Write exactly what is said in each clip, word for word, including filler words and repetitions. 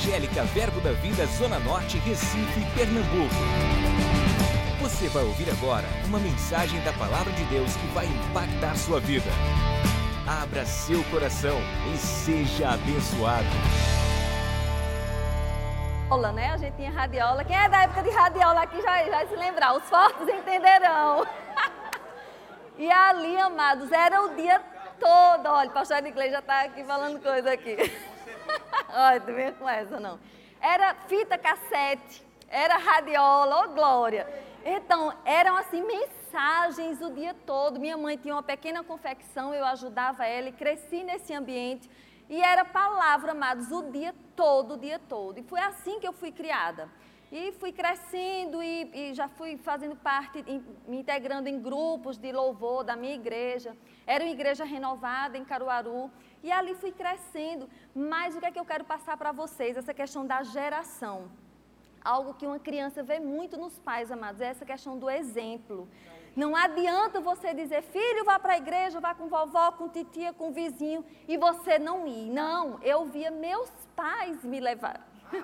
Evangélica Verbo da Vida Zona Norte, Recife, Pernambuco. Você vai ouvir agora uma mensagem da Palavra de Deus que vai impactar sua vida. Abra seu coração e seja abençoado. Radiola, né? A gente tinha radiola. Quem é da época de radiola aqui já vai se lembrar. Os fortes entenderão. E ali, amados, era o dia todo. Olha, o pastor de igreja já está aqui falando coisa aqui. Olha, tu vem com essa, não. Era fita cassete, era radiola, ô glória. Então, eram assim, mensagens o dia todo. Minha mãe tinha uma pequena confecção, eu ajudava ela e cresci nesse ambiente. E era palavra, amados, o dia todo, o dia todo. E foi assim que eu fui criada. E fui crescendo e, e já fui fazendo parte, em, me integrando em grupos de louvor da minha igreja. Era uma igreja renovada em Caruaru. E ali fui crescendo. Mas o que é que eu quero passar para vocês? Essa questão da geração. Algo que uma criança vê muito nos pais, amados, é essa questão do exemplo. Não adianta você dizer, filho, vá para a igreja, vá com vovó, com titia, com vizinho, e você não ir. Não, eu via meus pais me levar.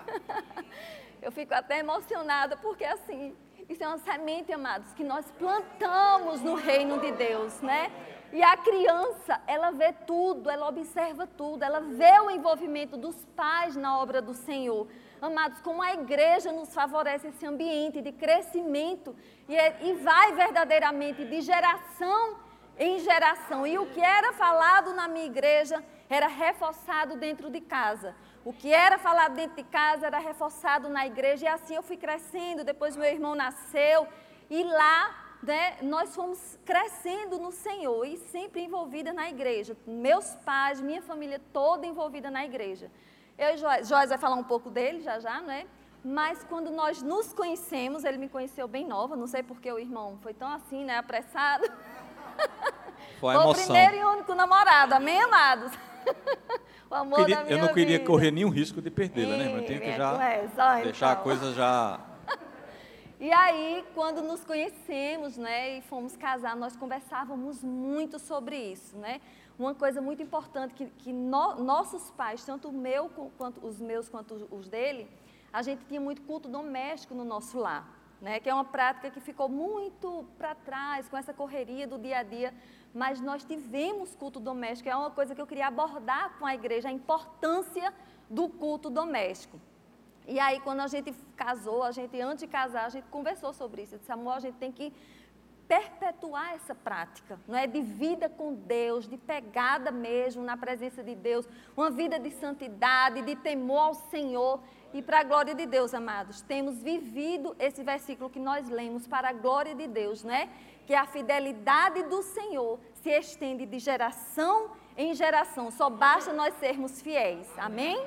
Eu fico até emocionada, porque assim, isso é uma semente, amados, que nós plantamos no reino de Deus, né? E a criança, ela vê tudo, ela observa tudo, ela vê o envolvimento dos pais na obra do Senhor. Amados, como a igreja nos favorece esse ambiente de crescimento e, é, e vai verdadeiramente de geração em geração. E o que era falado na minha igreja era reforçado dentro de casa. O que era falado dentro de casa era reforçado na igreja. E assim eu fui crescendo, depois meu irmão nasceu e lá... Né, nós fomos crescendo no Senhor e sempre envolvida na igreja. Meus pais, minha família toda envolvida na igreja. Eu e Joás, Joás vai falar um pouco dele já já, não é? Mas quando nós nos conhecemos, ele me conheceu bem nova, não sei porque o irmão foi tão assim, né, apressado. Foi a emoção. O primeiro e único namorado, amém, amados? O amor queria, da minha eu não queria vida. correr nenhum risco de perdê-la, né, irmã? Eu tenho que já essa, deixar então. a coisa já... E aí, quando nos conhecemos, né, e fomos casar, nós conversávamos muito sobre isso, né? Uma coisa muito importante que, que no, nossos pais, tanto o meu quanto os meus quanto os dele, a gente tinha muito culto doméstico no nosso lar, né? Que é uma prática que ficou muito para trás com essa correria do dia a dia, mas nós tivemos culto doméstico. É uma coisa que eu queria abordar com a igreja, a importância do culto doméstico. E aí, quando a gente casou, a gente, antes de casar, a gente conversou sobre isso. Eu disse, amor, a gente tem que perpetuar essa prática, não é? De vida com Deus, de pegada mesmo na presença de Deus, uma vida de santidade, de temor ao Senhor. E para a glória de Deus, amados, temos vivido esse versículo que nós lemos para a glória de Deus, né? Que a fidelidade do Senhor se estende de geração em geração. Só basta nós sermos fiéis. Amém?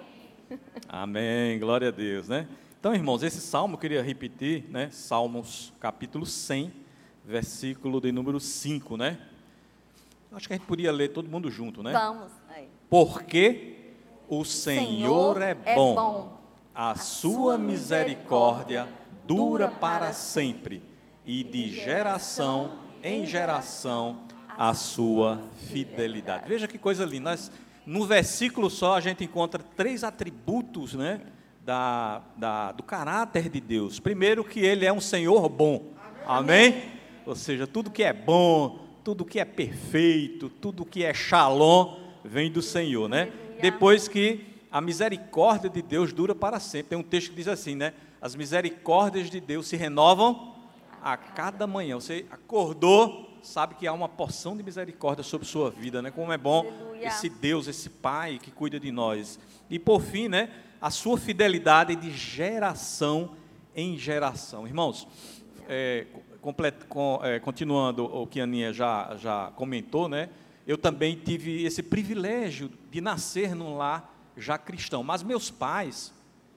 Amém, glória a Deus, né? Então, irmãos, esse salmo eu queria repetir, né? Salmos capítulo cem, versículo de número cinco, né? Acho que a gente podia ler todo mundo junto, né? Vamos. Aí. Porque o Senhor, Senhor é, bom, é bom, a, a sua misericórdia dura para sempre, e de geração em geração a sua fidelidade. Veja que coisa linda, nós... No versículo só a gente encontra três atributos, né, da, da, do caráter de Deus. Primeiro, que Ele é um Senhor bom, amém? Amém? Ou seja, tudo que é bom, tudo que é perfeito, tudo que é shalom, vem do Senhor, né? Aleluia. Depois que a misericórdia de Deus dura para sempre. Tem um texto que diz assim, né? As misericórdias de Deus se renovam a cada manhã. Você acordou, sabe que há uma porção de misericórdia sobre sua vida, né? Como é bom Aleluia. Esse Deus, esse Pai que cuida de nós. E por fim, né? A sua fidelidade de geração em geração. Irmãos, é, complet, com, é, continuando o que a Aninha já, já comentou, né? Eu também tive esse privilégio de nascer num lar já cristão. Mas meus pais,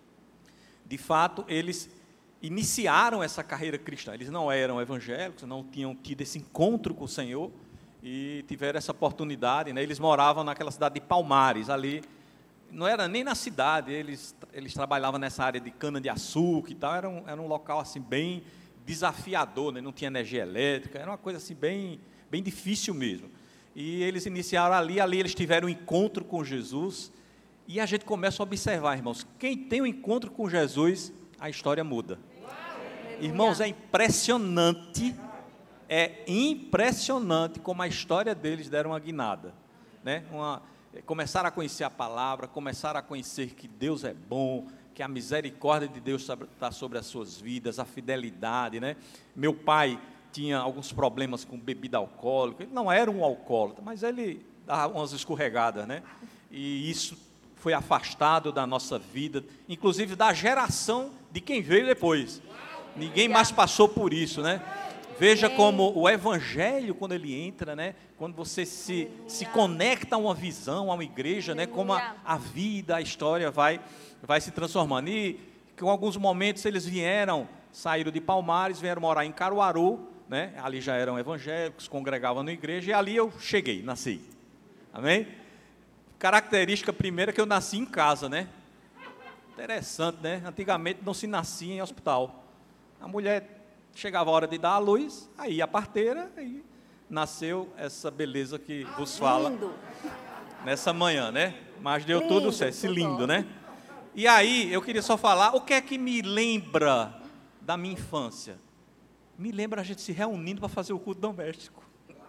de fato, eles iniciaram essa carreira cristã. Eles não eram evangélicos, não tinham tido esse encontro com o Senhor e tiveram essa oportunidade, né? Eles moravam naquela cidade de Palmares, ali, não era nem na cidade, eles, eles trabalhavam nessa área de cana-de-açúcar e tal, era um, era um local assim bem desafiador, né? Não tinha energia elétrica, era uma coisa assim bem, bem difícil mesmo. E eles iniciaram ali, ali eles tiveram um encontro com Jesus E a gente começa a observar, irmãos, quem tem um encontro com Jesus, a história muda. Irmãos, é impressionante, é impressionante como a história deles deram uma guinada, né? Uma, começaram a conhecer a palavra, começaram a conhecer que Deus é bom, que a misericórdia de Deus está sobre as suas vidas, a fidelidade, né? Meu pai tinha alguns problemas com bebida alcoólica, ele não era um alcoólatra, mas ele dava umas escorregadas, né? E isso foi afastado da nossa vida, inclusive da geração de quem veio depois. Ninguém mais passou por isso, né? Veja como o evangelho, quando ele entra, né? Quando você se, se conecta a uma visão, a uma igreja, né? Como a, a vida, a história vai, vai se transformando. E com alguns momentos eles vieram, saíram de Palmares, vieram morar em Caruaru, né? Ali já eram evangélicos, congregavam na igreja, e ali eu cheguei, nasci. Amém? Característica primeira que eu nasci em casa, né? Interessante, né? Antigamente não se nascia em hospital. A mulher chegava a hora de dar a luz, aí a parteira, aí nasceu essa beleza que vos fala lindo. Nessa manhã, né? Mas deu lindo, tudo certo, esse lindo, né? E aí, eu queria só falar, o que é que me lembra da minha infância? Me lembra a gente se reunindo para fazer o culto doméstico.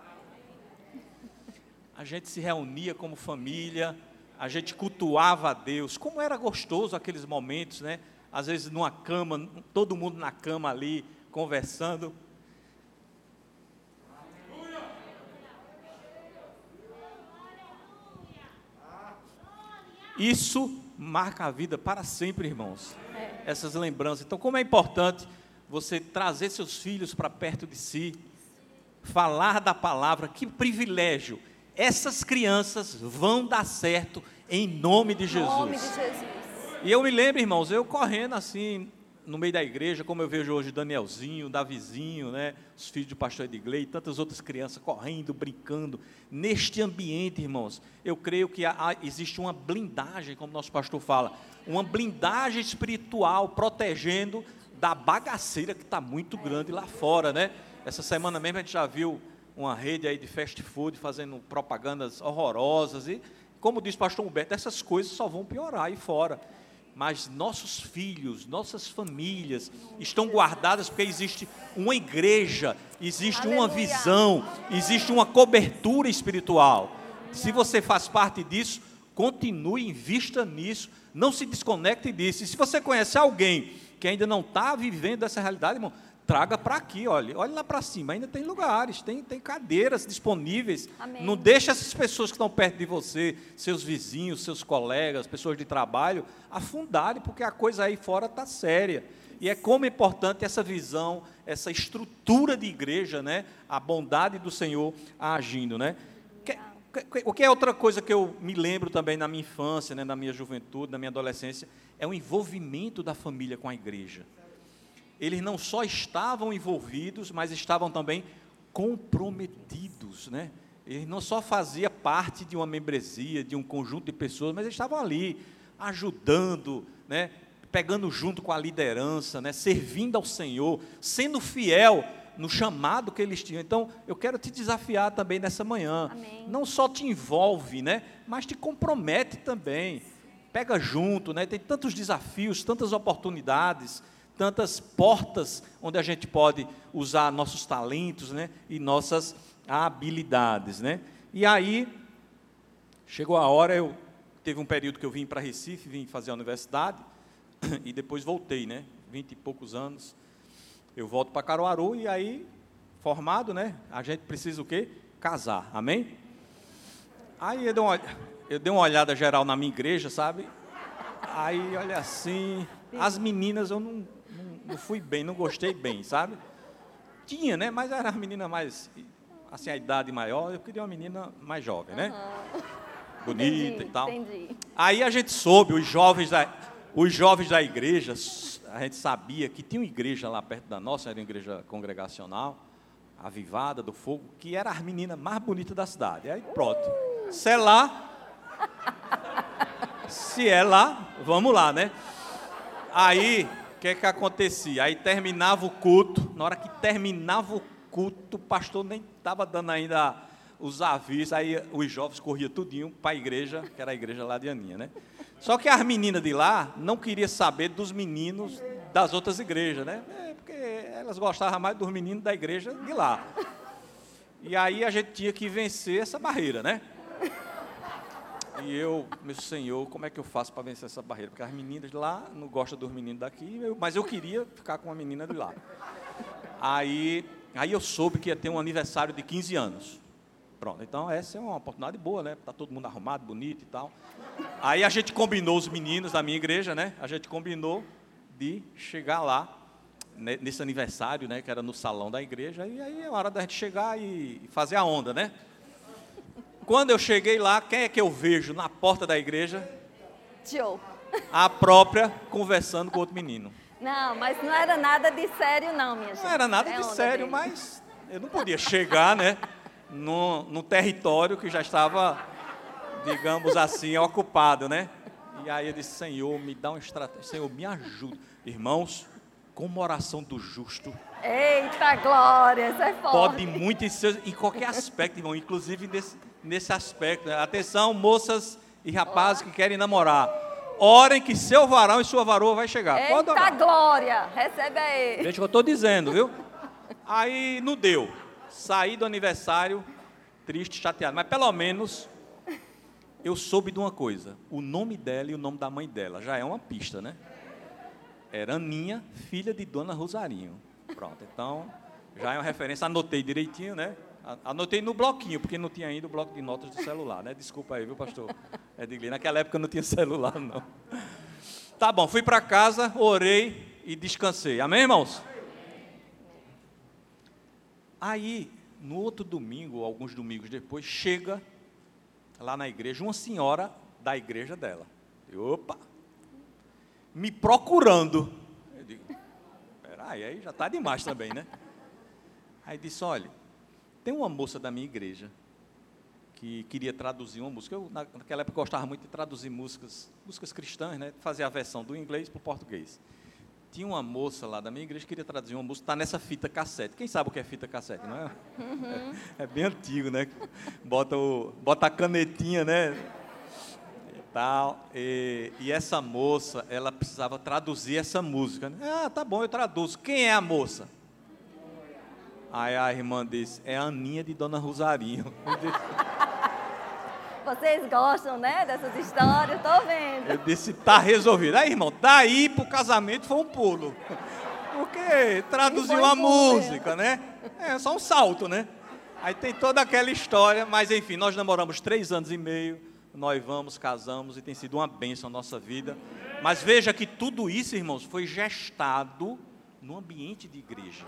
A gente se reunia como família, a gente cultuava a Deus. Como era gostoso aqueles momentos, né? Às vezes numa cama, todo mundo na cama ali, conversando. Isso marca a vida para sempre, irmãos. Essas lembranças. Então, como é importante você trazer seus filhos para perto de si, falar da palavra, que privilégio. Essas crianças vão dar certo em nome de Jesus. Em nome de Jesus. E eu me lembro, irmãos, eu correndo assim, no meio da igreja, como eu vejo hoje Danielzinho, Davizinho, né, os filhos do pastor Edgley, e tantas outras crianças correndo, brincando, neste ambiente, irmãos, eu creio que há, há, existe uma blindagem, como nosso pastor fala, uma blindagem espiritual, protegendo da bagaceira que está muito grande lá fora, né? Essa semana mesmo a gente já viu uma rede aí de fast food fazendo propagandas horrorosas, e como diz o pastor Humberto, essas coisas só vão piorar aí fora. Mas nossos filhos, nossas famílias estão guardadas porque existe uma igreja, existe Aleluia. Uma visão, existe uma cobertura espiritual. Se você faz parte disso, continue, invista nisso, não se desconecte disso. E se você conhece alguém que ainda não está vivendo essa realidade, irmão, traga para aqui, olha, olha lá para cima, ainda tem lugares, tem, tem cadeiras disponíveis. Amém. Não deixe essas pessoas que estão perto de você, seus vizinhos, seus colegas, pessoas de trabalho, afundarem, porque a coisa aí fora está séria. E é como é importante essa visão, essa estrutura de igreja, né? A bondade do Senhor agindo, né? Que, que, o que é outra coisa que eu me lembro também na minha infância, né? Na minha juventude, na minha adolescência, é o envolvimento da família com a igreja. Eles não só estavam envolvidos, mas estavam também comprometidos, né? Eles não só faziam parte de uma membresia, de um conjunto de pessoas, mas eles estavam ali, ajudando, né? Pegando junto com a liderança, né? Servindo ao Senhor, sendo fiel no chamado que eles tinham. Então, eu quero te desafiar também nessa manhã. Amém. Não só te envolve, né? Mas te compromete também. Pega junto, né? Tem tantos desafios, tantas oportunidades, tantas portas onde a gente pode usar nossos talentos, né, e nossas habilidades, né? E aí, chegou a hora, eu teve um período que eu vim para Recife, vim fazer a universidade, e depois voltei, né, vinte e poucos anos, eu volto para Caruaru, e aí, formado, né, a gente precisa o quê? Casar, amém? Aí eu dei uma, eu dei uma olhada geral na minha igreja, sabe? Aí, olha assim, as meninas eu não... não fui bem, não gostei bem, sabe? Tinha, né? Mas era a menina mais, assim, a idade maior, eu queria uma menina mais jovem, né? Uhum. Bonita entendi, e tal. Entendi. Aí a gente soube, os jovens, da, os jovens da igreja, a gente sabia que tinha uma igreja lá perto da nossa, era uma igreja congregacional, avivada do fogo, que era a menina mais bonita da cidade. Aí pronto, uh. se é lá, se é lá, vamos lá, né? Aí... o que é que acontecia? Aí terminava o culto, na hora que terminava o culto, o pastor nem estava dando ainda os avisos, aí os jovens corriam tudinho para a igreja, que era a igreja lá de Aninha, né? Só que as meninas de lá não queriam saber dos meninos das outras igrejas, né? É, porque elas gostavam mais dos meninos da igreja de lá. E aí a gente tinha que vencer essa barreira, né? E eu, meu Senhor, como é que eu faço para vencer essa barreira? Porque as meninas de lá não gostam dos meninos daqui, eu, mas eu queria ficar com a menina de lá. Aí, aí eu soube que ia ter um aniversário de quinze anos. Pronto, então essa é uma oportunidade boa, né? Tá todo mundo arrumado, bonito e tal. Aí a gente combinou, os meninos da minha igreja, né? A gente combinou de chegar lá, né, nesse aniversário, né? Que era no salão da igreja. E aí é hora da gente chegar e fazer a onda, né? Quando eu cheguei lá, quem é que eu vejo na porta da igreja? Tio. A própria conversando com outro menino. Não, mas não era nada de sério não, minha gente. Não era nada é de sério, dele. Mas eu não podia chegar, né? No, no território que já estava, digamos assim, ocupado, né? E aí eu disse, Senhor, me dá uma estratégia, Senhor, me ajuda. Irmãos, como oração do justo. Eita glória, isso é forte. Pode muito em, seu, em qualquer aspecto, irmão, inclusive nesse, nesse aspecto. Né? Atenção, moças e rapazes oh. que querem namorar. Orem que seu varão e sua varoa vai chegar. Eita Pode orar. glória, recebe aí. Gente, eu estou dizendo, viu? Aí não deu. Saí do aniversário triste, chateado, mas pelo menos eu soube de uma coisa, o nome dela e o nome da mãe dela, já é uma pista, né? Era Aninha, filha de Dona Rosarinho. Pronto, então já é uma referência, anotei direitinho, né? Anotei no bloquinho, porque não tinha ainda o bloco de notas do celular, né? Desculpa aí, viu, pastor Edgley? Naquela época não tinha celular, não. Tá bom, fui para casa, orei e descansei. Amém, irmãos? Aí, no outro domingo, alguns domingos depois, chega lá na igreja uma senhora da igreja dela. E, opa! Me procurando. Eu digo, peraí, aí já está demais também, né? Aí disse, olha, tem uma moça da minha igreja que queria traduzir uma música. Eu, naquela época, gostava muito de traduzir músicas, músicas cristãs, né? Fazer a versão do inglês para o português. Tinha uma moça lá da minha igreja que queria traduzir uma música, está nessa fita cassete. Quem sabe o que é fita cassete, não é? Uhum. É, é bem antigo, né? Bota, o, bota a canetinha, né? E tal. E, e essa moça, ela precisava traduzir essa música. Né? Ah, tá bom, eu traduzo. Quem é a moça? Aí a irmã disse, é a Aninha de Dona Rosarinho. Vocês gostam, né, dessas histórias, estou vendo. Eu disse, tá resolvido. Aí, irmão, daí pro casamento foi um pulo. Porque traduziu uma música, né? É só um salto, né? Aí tem toda aquela história, mas enfim, nós namoramos três anos e meio, noivamos, casamos e tem sido uma bênção a nossa vida. Mas veja que tudo isso, irmãos, foi gestado no ambiente de igreja.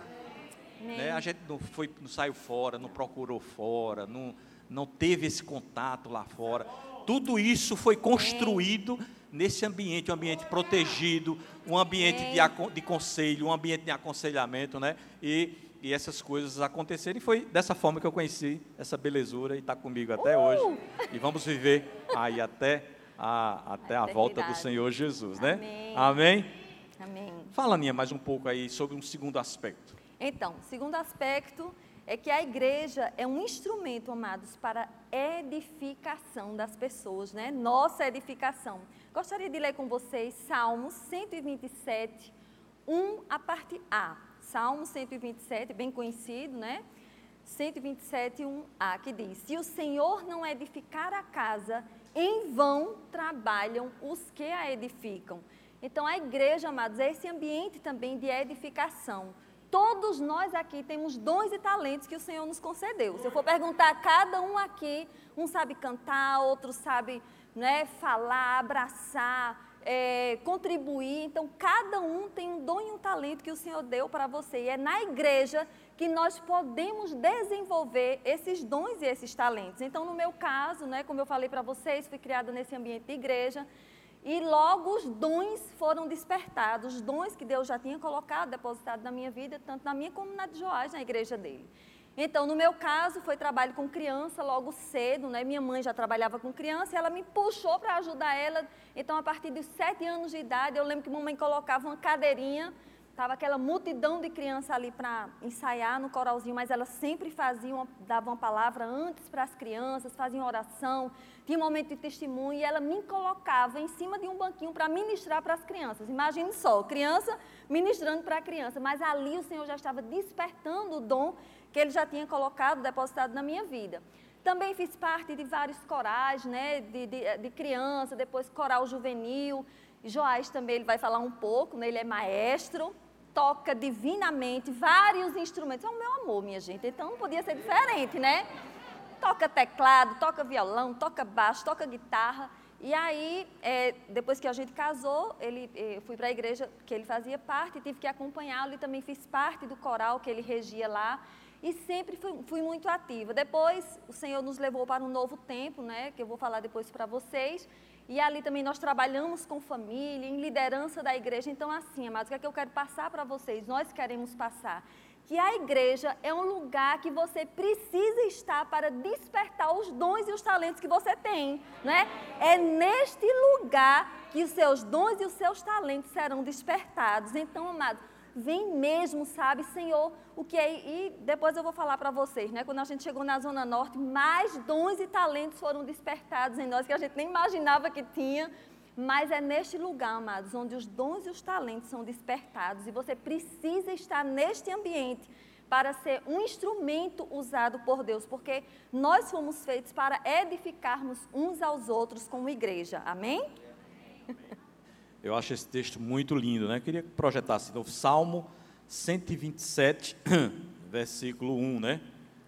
Né? A gente não, foi, não saiu fora, não procurou fora, não... não teve esse contato lá fora. Tudo isso foi construído nesse ambiente, um ambiente protegido, um ambiente de, de conselho, um ambiente de aconselhamento, né? E, e essas coisas aconteceram. E foi dessa forma que eu conheci essa belezura e está comigo até uh! hoje. E vamos viver aí até a, até a volta do Senhor Jesus, né? Amém. Amém? Amém. Fala, Aninha, mais um pouco aí sobre um segundo aspecto. Então, segundo aspecto... é que a igreja é um instrumento, amados, para edificação das pessoas, né? Nossa edificação. Gostaria de ler com vocês Salmos cento e vinte e sete, um, a parte A. Salmo cento e vinte e sete, bem conhecido, né? cento e vinte e sete, um a, que diz, se o Senhor não edificar a casa, em vão trabalham os que a edificam. Então, a igreja, amados, é esse ambiente também de edificação. Todos nós aqui temos dons e talentos que o Senhor nos concedeu. Se eu for perguntar a cada um aqui, um sabe cantar, outro sabe, né, falar, abraçar, é, contribuir. Então, cada um tem um dom e um talento que o Senhor deu para você. E é na igreja que nós podemos desenvolver esses dons e esses talentos. Então, no meu caso, né, como eu falei para vocês, fui criada nesse ambiente de igreja. E logo os dons foram despertados, os dons que Deus já tinha colocado, depositado na minha vida, tanto na minha como na de Joás, na igreja dele. Então, no meu caso, foi trabalho com criança logo cedo, né? Minha mãe já trabalhava com criança e ela me puxou para ajudar ela. Então, a partir dos sete anos de idade, eu lembro que mamãe colocava uma cadeirinha Tava aquela multidão de crianças ali para ensaiar no coralzinho, mas elas sempre faziam, davam uma palavra antes para as crianças, faziam oração, tinha um momento de testemunho, e ela me colocava em cima de um banquinho para ministrar para as crianças. Imagine só, criança ministrando para a criança, mas ali o Senhor já estava despertando o dom que Ele já tinha colocado, depositado na minha vida. Também fiz parte de vários corais, né, de, de, de criança, depois coral juvenil. Joás também, ele vai falar um pouco, né, ele é maestro, toca divinamente vários instrumentos. É o meu amor, minha gente, então não podia ser diferente, né? Toca teclado, toca violão, toca baixo, toca guitarra. E aí, é, depois que a gente casou, ele, eu fui para a igreja que ele fazia parte, tive que acompanhá-lo e também fiz parte do coral que ele regia lá. E sempre fui, fui muito ativa. Depois, o Senhor nos levou para um novo tempo, né, que eu vou falar depois para vocês. E ali também nós trabalhamos com família, em liderança da igreja. Então, assim, amados, o que é que eu quero passar para vocês? Nós queremos passar que a igreja é um lugar que você precisa estar para despertar os dons e os talentos que você tem, né? É neste lugar que os seus dons e os seus talentos serão despertados. Então, amados, vem mesmo, sabe, Senhor, o que é, e depois eu vou falar para vocês, né, quando a gente chegou na Zona Norte, mais dons e talentos foram despertados em nós, que a gente nem imaginava que tinha, mas é neste lugar, amados, onde os dons e os talentos são despertados, e você precisa estar neste ambiente para ser um instrumento usado por Deus, porque nós fomos feitos para edificarmos uns aos outros como igreja, amém? Eu acho esse texto muito lindo, né? Eu queria que projetasse no Salmo cento e vinte e sete, versículo um, né?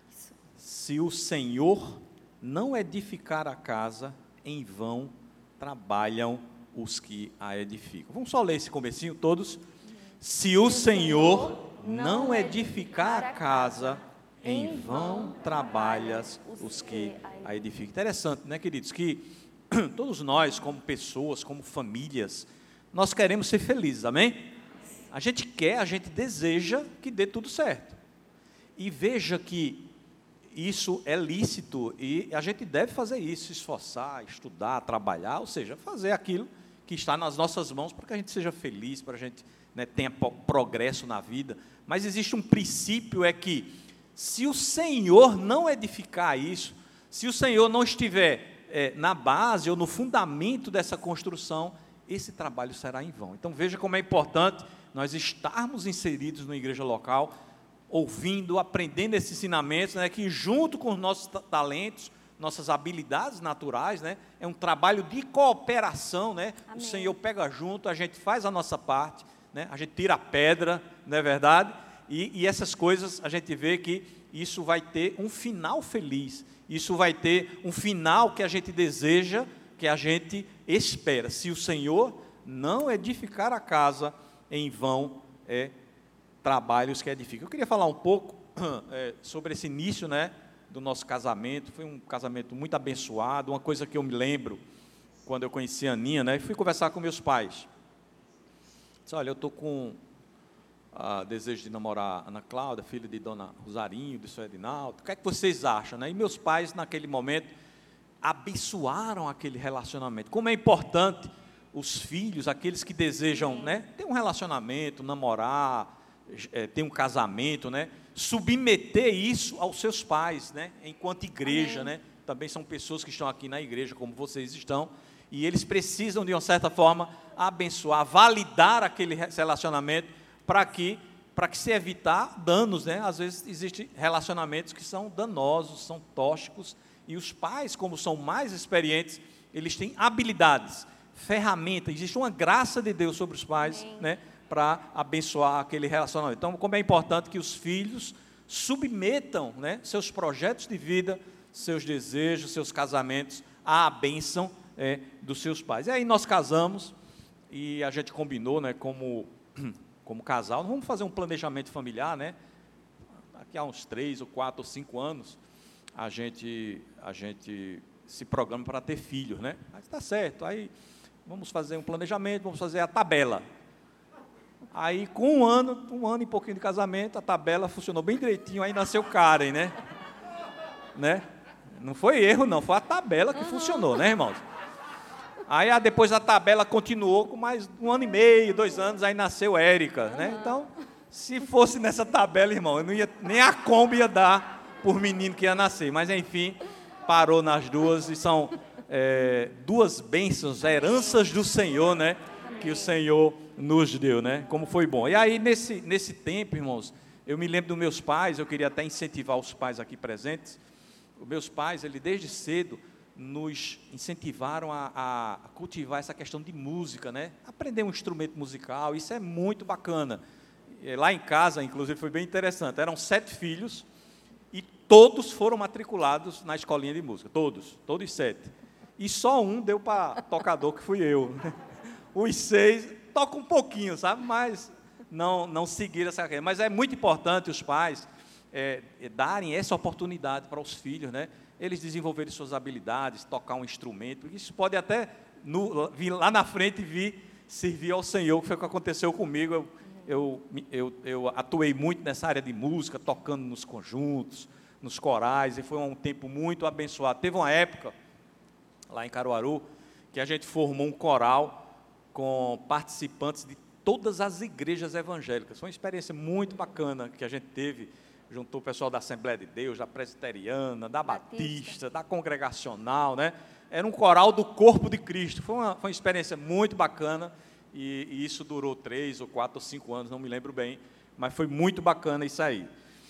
Se o Senhor não edificar a casa, em vão trabalham os que a edificam. Vamos só ler esse comecinho todos. Se o Senhor não edificar a casa, em vão trabalhas os que a edificam. Interessante, né, queridos, que todos nós, como pessoas, como famílias, nós queremos ser felizes, amém? A gente quer, a gente deseja que dê tudo certo. E veja que isso é lícito e a gente deve fazer isso, se esforçar, estudar, trabalhar, ou seja, fazer aquilo que está nas nossas mãos para que a gente seja feliz, para que a gente, né, tenha progresso na vida. Mas existe um princípio, é que se o Senhor não edificar isso, se o Senhor não estiver é, na base ou no fundamento dessa construção, esse trabalho será em vão. Então veja como é importante nós estarmos inseridos na igreja local, ouvindo, aprendendo esses ensinamentos, né, que junto com os nossos talentos, nossas habilidades naturais, né, é um trabalho de cooperação, né? O Senhor pega junto, a gente faz a nossa parte, né, a gente tira a pedra, não é verdade? E, e essas coisas a gente vê que isso vai ter um final feliz, isso vai ter um final que a gente deseja, que a gente espera. Se o Senhor não edificar a casa, em vão é trabalhos que edificam. Eu queria falar um pouco é, sobre esse início, né, do nosso casamento. Foi um casamento muito abençoado. Uma coisa que eu me lembro, quando eu conheci a Aninha, né, fui conversar com meus pais. Disse, olha, eu estou com ah, desejo de namorar a Ana Cláudia, filha de Dona Rosarinho, de Sr. Edinaldo. O que é que vocês acham? Né? E meus pais, naquele momento, abençoaram aquele relacionamento. Como é importante os filhos, aqueles que desejam, né, ter um relacionamento, namorar, é, ter um casamento, né, submeter isso aos seus pais, né, enquanto igreja, né, também são pessoas que estão aqui na igreja, como vocês estão, e eles precisam, de uma certa forma, abençoar, validar aquele relacionamento para que, para que se evitar danos, né, às vezes existem relacionamentos que são danosos, são tóxicos, e os pais, como são mais experientes, eles têm habilidades, ferramentas, existe uma graça de Deus sobre os pais, né, para abençoar aquele relacionamento. Então, como é importante que os filhos submetam, né, seus projetos de vida, seus desejos, seus casamentos, à bênção é, dos seus pais. E aí nós casamos, e a gente combinou, né, como, como casal, nós vamos fazer um planejamento familiar, né, daqui a uns três, ou quatro, ou cinco anos, a gente, a gente se programa para ter filhos, né? Mas está certo, aí vamos fazer um planejamento, vamos fazer a tabela. Aí, com um ano, um ano e pouquinho de casamento, a tabela funcionou bem direitinho, aí nasceu Karen, né? né? Não foi erro, não, foi a tabela que uhum. funcionou, né, irmãos? Aí ah, depois a tabela continuou com mais um ano e meio, dois anos, aí nasceu Érica, né? Então, se fosse nessa tabela, irmão, eu não ia, nem a Kombi ia dar por menino que ia nascer. Mas, enfim, parou nas duas e são é, duas bênçãos, heranças do Senhor, né? Que o Senhor nos deu, né? Como foi bom. E aí, nesse, nesse tempo, irmãos, eu me lembro dos meus pais, eu queria até incentivar os pais aqui presentes. Os meus pais, eles desde cedo nos incentivaram a, a cultivar essa questão de música, né? Aprender um instrumento musical, isso é muito bacana. Lá em casa, inclusive, foi bem interessante. Eram sete filhos e todos foram matriculados na escolinha de música, todos, todos sete. E só um deu para tocador, que fui eu. Os seis tocam um pouquinho, sabe? Mas não, não seguiram essa carreira. Mas é muito importante os pais é, darem essa oportunidade para os filhos, né? Eles desenvolverem suas habilidades, tocar um instrumento. Isso pode até, no, vir lá na frente, vir servir ao Senhor, que foi o que aconteceu comigo. Eu, eu, eu, eu atuei muito nessa área de música, tocando nos conjuntos, nos corais, e foi um tempo muito abençoado. Teve uma época, lá em Caruaru, que a gente formou um coral com participantes de todas as igrejas evangélicas. Foi uma experiência muito bacana que a gente teve. Juntou o pessoal da Assembleia de Deus, da Presbiteriana, da Batista, Batista da Congregacional, né? Era um coral do Corpo de Cristo. Foi uma, foi uma experiência muito bacana e, e isso durou três ou quatro ou cinco anos, não me lembro bem, mas foi muito bacana isso aí.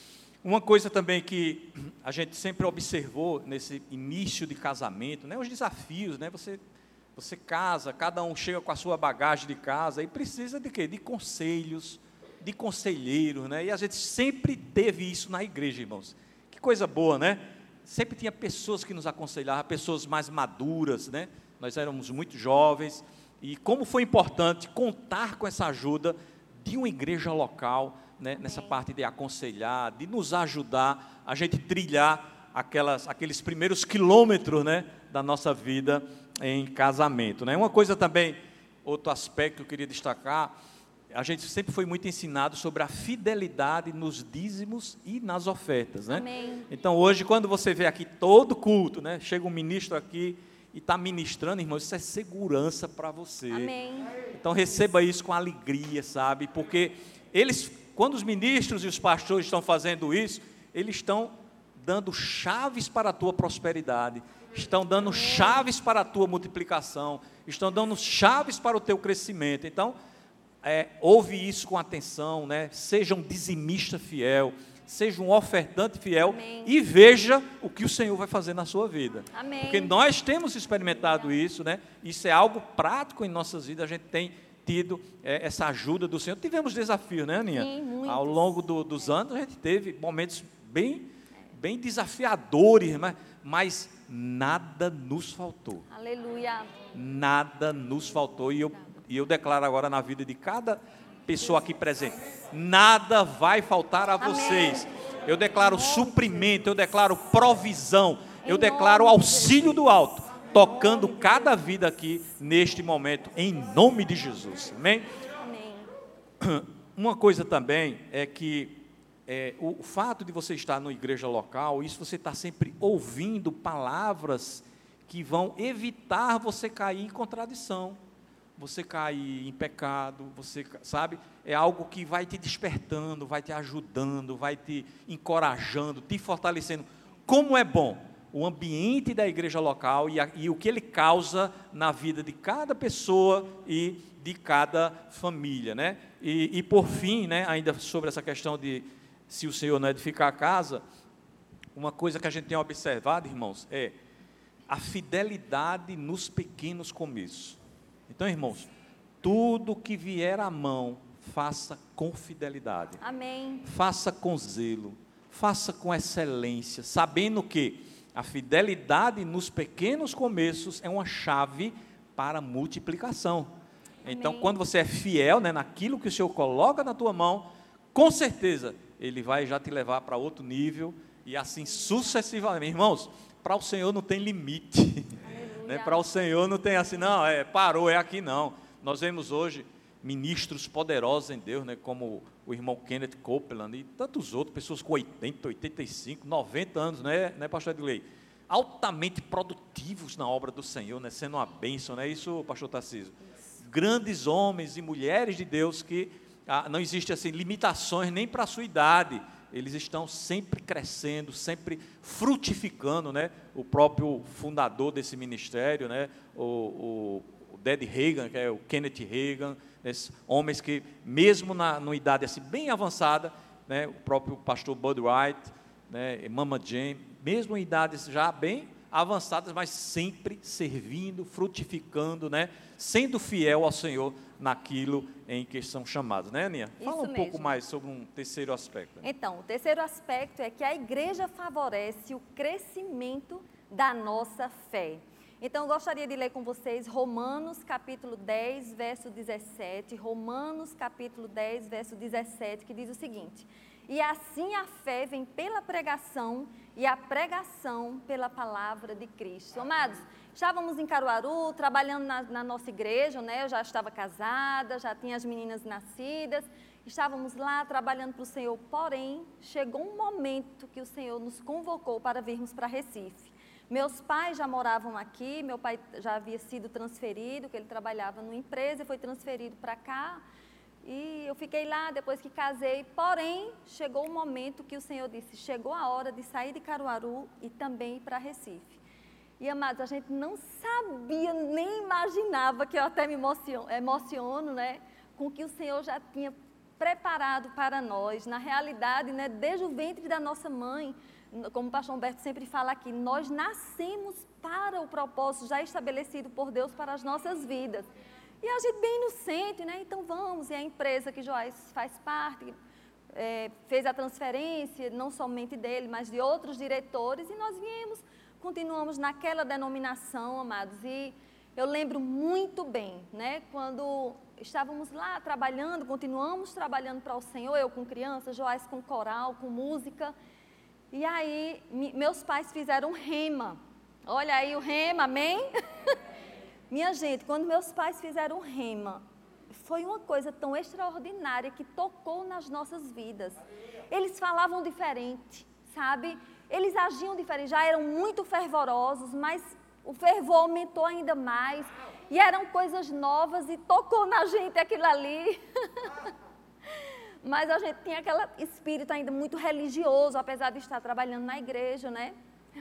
Uma coisa também que a gente sempre observou nesse início de casamento, né? Os desafios, né? Você, você casa, cada um chega com a sua bagagem de casa e precisa de quê? De conselhos, de conselheiros, né? E a gente sempre teve isso na igreja, irmãos. Que coisa boa, né? Sempre tinha pessoas que nos aconselhavam, pessoas mais maduras, né? Nós éramos muito jovens, e como foi importante contar com essa ajuda de uma igreja local, né? Nessa parte de aconselhar, de nos ajudar a gente trilhar aquelas, aqueles primeiros quilômetros, né? Da nossa vida em casamento, né? Uma coisa também, outro aspecto que eu queria destacar, a gente sempre foi muito ensinado sobre a fidelidade nos dízimos e nas ofertas, né? Amém. Então, hoje, quando você vê aqui todo culto, né? Chega um ministro aqui e está ministrando, irmão, isso é segurança para você. Amém. Então, receba isso com alegria, sabe? Porque eles, quando os ministros e os pastores estão fazendo isso, eles estão dando chaves para a tua prosperidade, estão dando chaves para a tua multiplicação, estão dando chaves para o teu crescimento. Então, É, ouve isso com atenção, né? Seja um dizimista fiel, seja um ofertante fiel. Amém. E veja o que o Senhor vai fazer na sua vida. Amém. Porque nós temos experimentado isso, né? Isso é algo prático em nossas vidas, a gente tem tido é, essa ajuda do Senhor. Tivemos desafios, né, Aninha? Sim, muitos. Ao longo do, dos é. anos a gente teve momentos bem, bem desafiadores, mas, mas nada nos faltou. Aleluia. Nada nos faltou, e eu E eu declaro agora na vida de cada pessoa aqui presente, nada vai faltar a vocês. Eu declaro suprimento, eu declaro provisão, eu declaro auxílio do alto, tocando cada vida aqui neste momento, em nome de Jesus. Amém? Amém. Uma coisa também é que é, o, o fato de você estar numa igreja local, isso você está sempre ouvindo palavras que vão evitar você cair em contradição, você cair em pecado, você, sabe, é algo que vai te despertando, vai te ajudando, vai te encorajando, te fortalecendo. Como é bom o ambiente da igreja local e, a, e o que ele causa na vida de cada pessoa e de cada família, né? E, e por fim, né, ainda sobre essa questão de se o Senhor não edificar a casa, uma coisa que a gente tem observado, irmãos, é a fidelidade nos pequenos começos. Então, irmãos, tudo que vier à mão, faça com fidelidade. Amém. Faça com zelo, faça com excelência, sabendo que a fidelidade nos pequenos começos é uma chave para a multiplicação. Amém. Então, quando você é fiel, né, naquilo que o Senhor coloca na tua mão, com certeza, Ele vai já te levar para outro nível, e assim sucessivamente. Irmãos, para o Senhor não tem limite. Né, para o Senhor não tem assim, não, é, parou, é aqui não. Nós vemos hoje ministros poderosos em Deus, né, como o irmão Kenneth Copeland e tantos outros, pessoas com oitenta, oitenta e cinco, noventa anos, né, né pastor Edgley? Altamente produtivos produtivos na obra do Senhor, né? Sendo uma bênção, não é isso, pastor Tarcísio? Grandes homens e mulheres de Deus que ah, não existe assim, limitações nem para a sua idade, eles estão sempre crescendo, sempre frutificando, né? O próprio fundador desse ministério, né? o, o, o Dad Reagan, que é o Kenneth Reagan, esses homens que, mesmo na numa idade assim, bem avançada, né? O próprio pastor Bud Wright, né? Mama Jane, mesmo em idades já bem avançadas, mas sempre servindo, frutificando, né? Sendo fiel ao Senhor naquilo em que são chamados, né, Aninha? Fala Isso um mesmo. pouco mais sobre um terceiro aspecto. Então, o terceiro aspecto é que a igreja favorece o crescimento da nossa fé. Então, eu gostaria de ler com vocês Romanos capítulo dez, verso dezessete, Romanos capítulo dez, verso dezessete, que diz o seguinte: e assim a fé vem pela pregação, e a pregação pela palavra de Cristo. Amados, estávamos em Caruaru, trabalhando na, na nossa igreja, né? Eu já estava casada, já tinha as meninas nascidas, estávamos lá trabalhando para o Senhor, porém, chegou um momento que o Senhor nos convocou para virmos para Recife. Meus pais já moravam aqui, meu pai já havia sido transferido, que ele trabalhava numa empresa, foi transferido para cá, e eu fiquei lá depois que casei, porém, chegou o momento que o Senhor disse, chegou a hora de sair de Caruaru e também ir para Recife. E, amados, a gente não sabia, nem imaginava, que eu até me emociono, emociono, né, com o que o Senhor já tinha preparado para nós. Na realidade, né, desde o ventre da nossa mãe, como o pastor Humberto sempre fala aqui, nós nascemos para o propósito já estabelecido por Deus para as nossas vidas. E a gente bem inocente, né? Então vamos, e a empresa que Joás faz parte, é, fez a transferência, não somente dele, mas de outros diretores, e nós viemos, continuamos naquela denominação, amados, e eu lembro muito bem, né? Quando estávamos lá trabalhando, continuamos trabalhando para o Senhor, eu com crianças, Joás com coral, com música, e aí me, meus pais fizeram rema, olha aí o rema, amém? Minha gente, quando meus pais fizeram rema, foi uma coisa tão extraordinária que tocou nas nossas vidas. Eles falavam diferente, sabe? Eles agiam diferente, já eram muito fervorosos, mas o fervor aumentou ainda mais. E eram coisas novas e tocou na gente aquilo ali. Mas a gente tinha aquele espírito ainda muito religioso, apesar de estar trabalhando na igreja, né?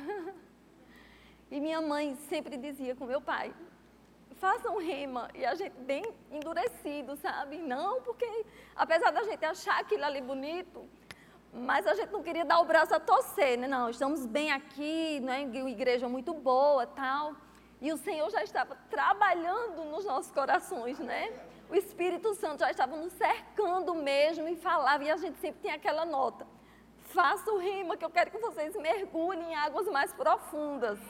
E minha mãe sempre dizia com meu pai, façam rema, e a gente bem endurecido, sabe? Não, porque apesar da gente achar aquilo ali bonito, mas a gente não queria dar o braço a torcer, né? Não, estamos bem aqui, né? Uma igreja muito boa, tal. E o Senhor já estava trabalhando nos nossos corações, né? O Espírito Santo já estava nos cercando mesmo e falava, e a gente sempre tem aquela nota. Faça o rema, que eu quero que vocês mergulhem em águas mais profundas.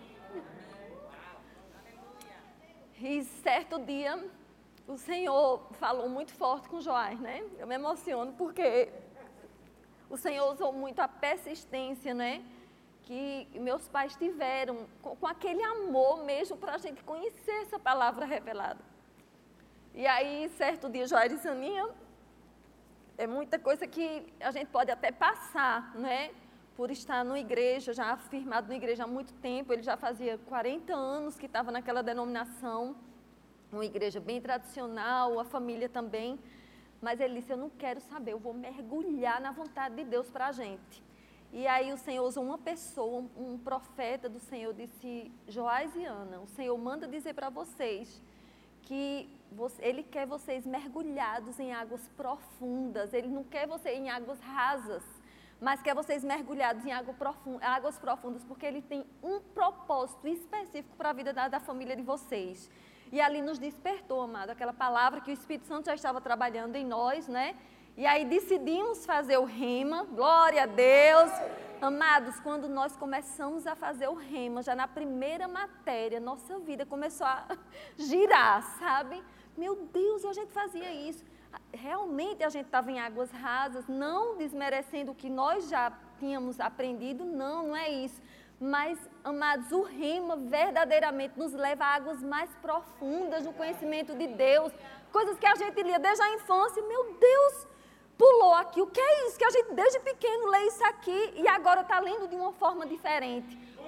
E certo dia, o Senhor falou muito forte com Joás, né? Eu me emociono porque o Senhor usou muito a persistência, né? Que meus pais tiveram, com, com aquele amor mesmo para a gente conhecer essa palavra revelada. E aí, certo dia, Joás disse, Aninha, é muita coisa que a gente pode até passar, né? Por estar numa igreja, já afirmado na igreja há muito tempo, ele já fazia quarenta anos que estava naquela denominação, uma igreja bem tradicional, a família também, mas ele disse, eu não quero saber, eu vou mergulhar na vontade de Deus para a gente. E aí o Senhor usou uma pessoa, um, um profeta do Senhor, disse, Joás e Ana, o Senhor manda dizer para vocês que você, Ele quer vocês mergulhados em águas profundas, Ele não quer você em águas rasas, mas quer vocês mergulhados em água profunda, águas profundas, porque Ele tem um propósito específico para a vida da, da família de vocês. E ali nos despertou, amado, aquela palavra que o Espírito Santo já estava trabalhando em nós, né? E aí decidimos fazer o rema, glória a Deus. Amados, quando nós começamos a fazer o rema, já na primeira matéria, nossa vida começou a girar, sabe? Meu Deus, a gente fazia isso. Realmente a gente estava em águas rasas, não desmerecendo o que nós já tínhamos aprendido, não, não é isso. Mas, amados, o rema verdadeiramente nos leva a águas mais profundas no conhecimento de Deus. Coisas que a gente lia desde a infância, meu Deus, pulou aqui. O que é isso? Que a gente desde pequeno lê isso aqui e agora está lendo de uma forma diferente.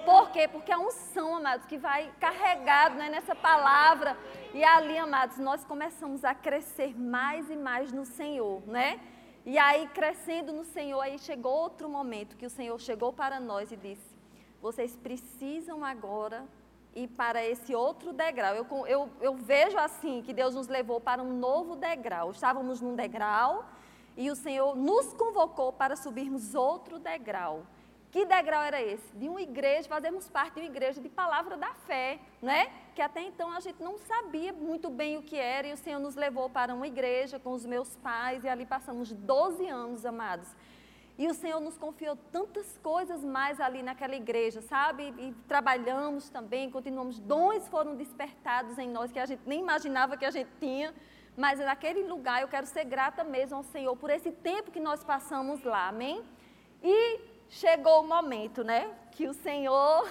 Por quê? Porque a unção, amados, que vai carregado, né, nessa palavra. E ali, amados, nós começamos a crescer mais e mais no Senhor, né? E aí, crescendo no Senhor, aí chegou outro momento que o Senhor chegou para nós e disse: vocês precisam agora ir para esse outro degrau. Eu, eu, eu vejo assim que Deus nos levou para um novo degrau. Estávamos num degrau e o Senhor nos convocou para subirmos outro degrau. Que degrau era esse? De uma igreja, fazemos parte de uma igreja de palavra da fé, né? Que até então a gente não sabia muito bem o que era, e o Senhor nos levou para uma igreja com os meus pais, e ali passamos doze anos, amados. E o Senhor nos confiou tantas coisas mais ali naquela igreja, sabe? E trabalhamos também, continuamos, dons foram despertados em nós que a gente nem imaginava que a gente tinha, mas naquele lugar eu quero ser grata mesmo ao Senhor por esse tempo que nós passamos lá, amém? E chegou o momento, né, que o Senhor,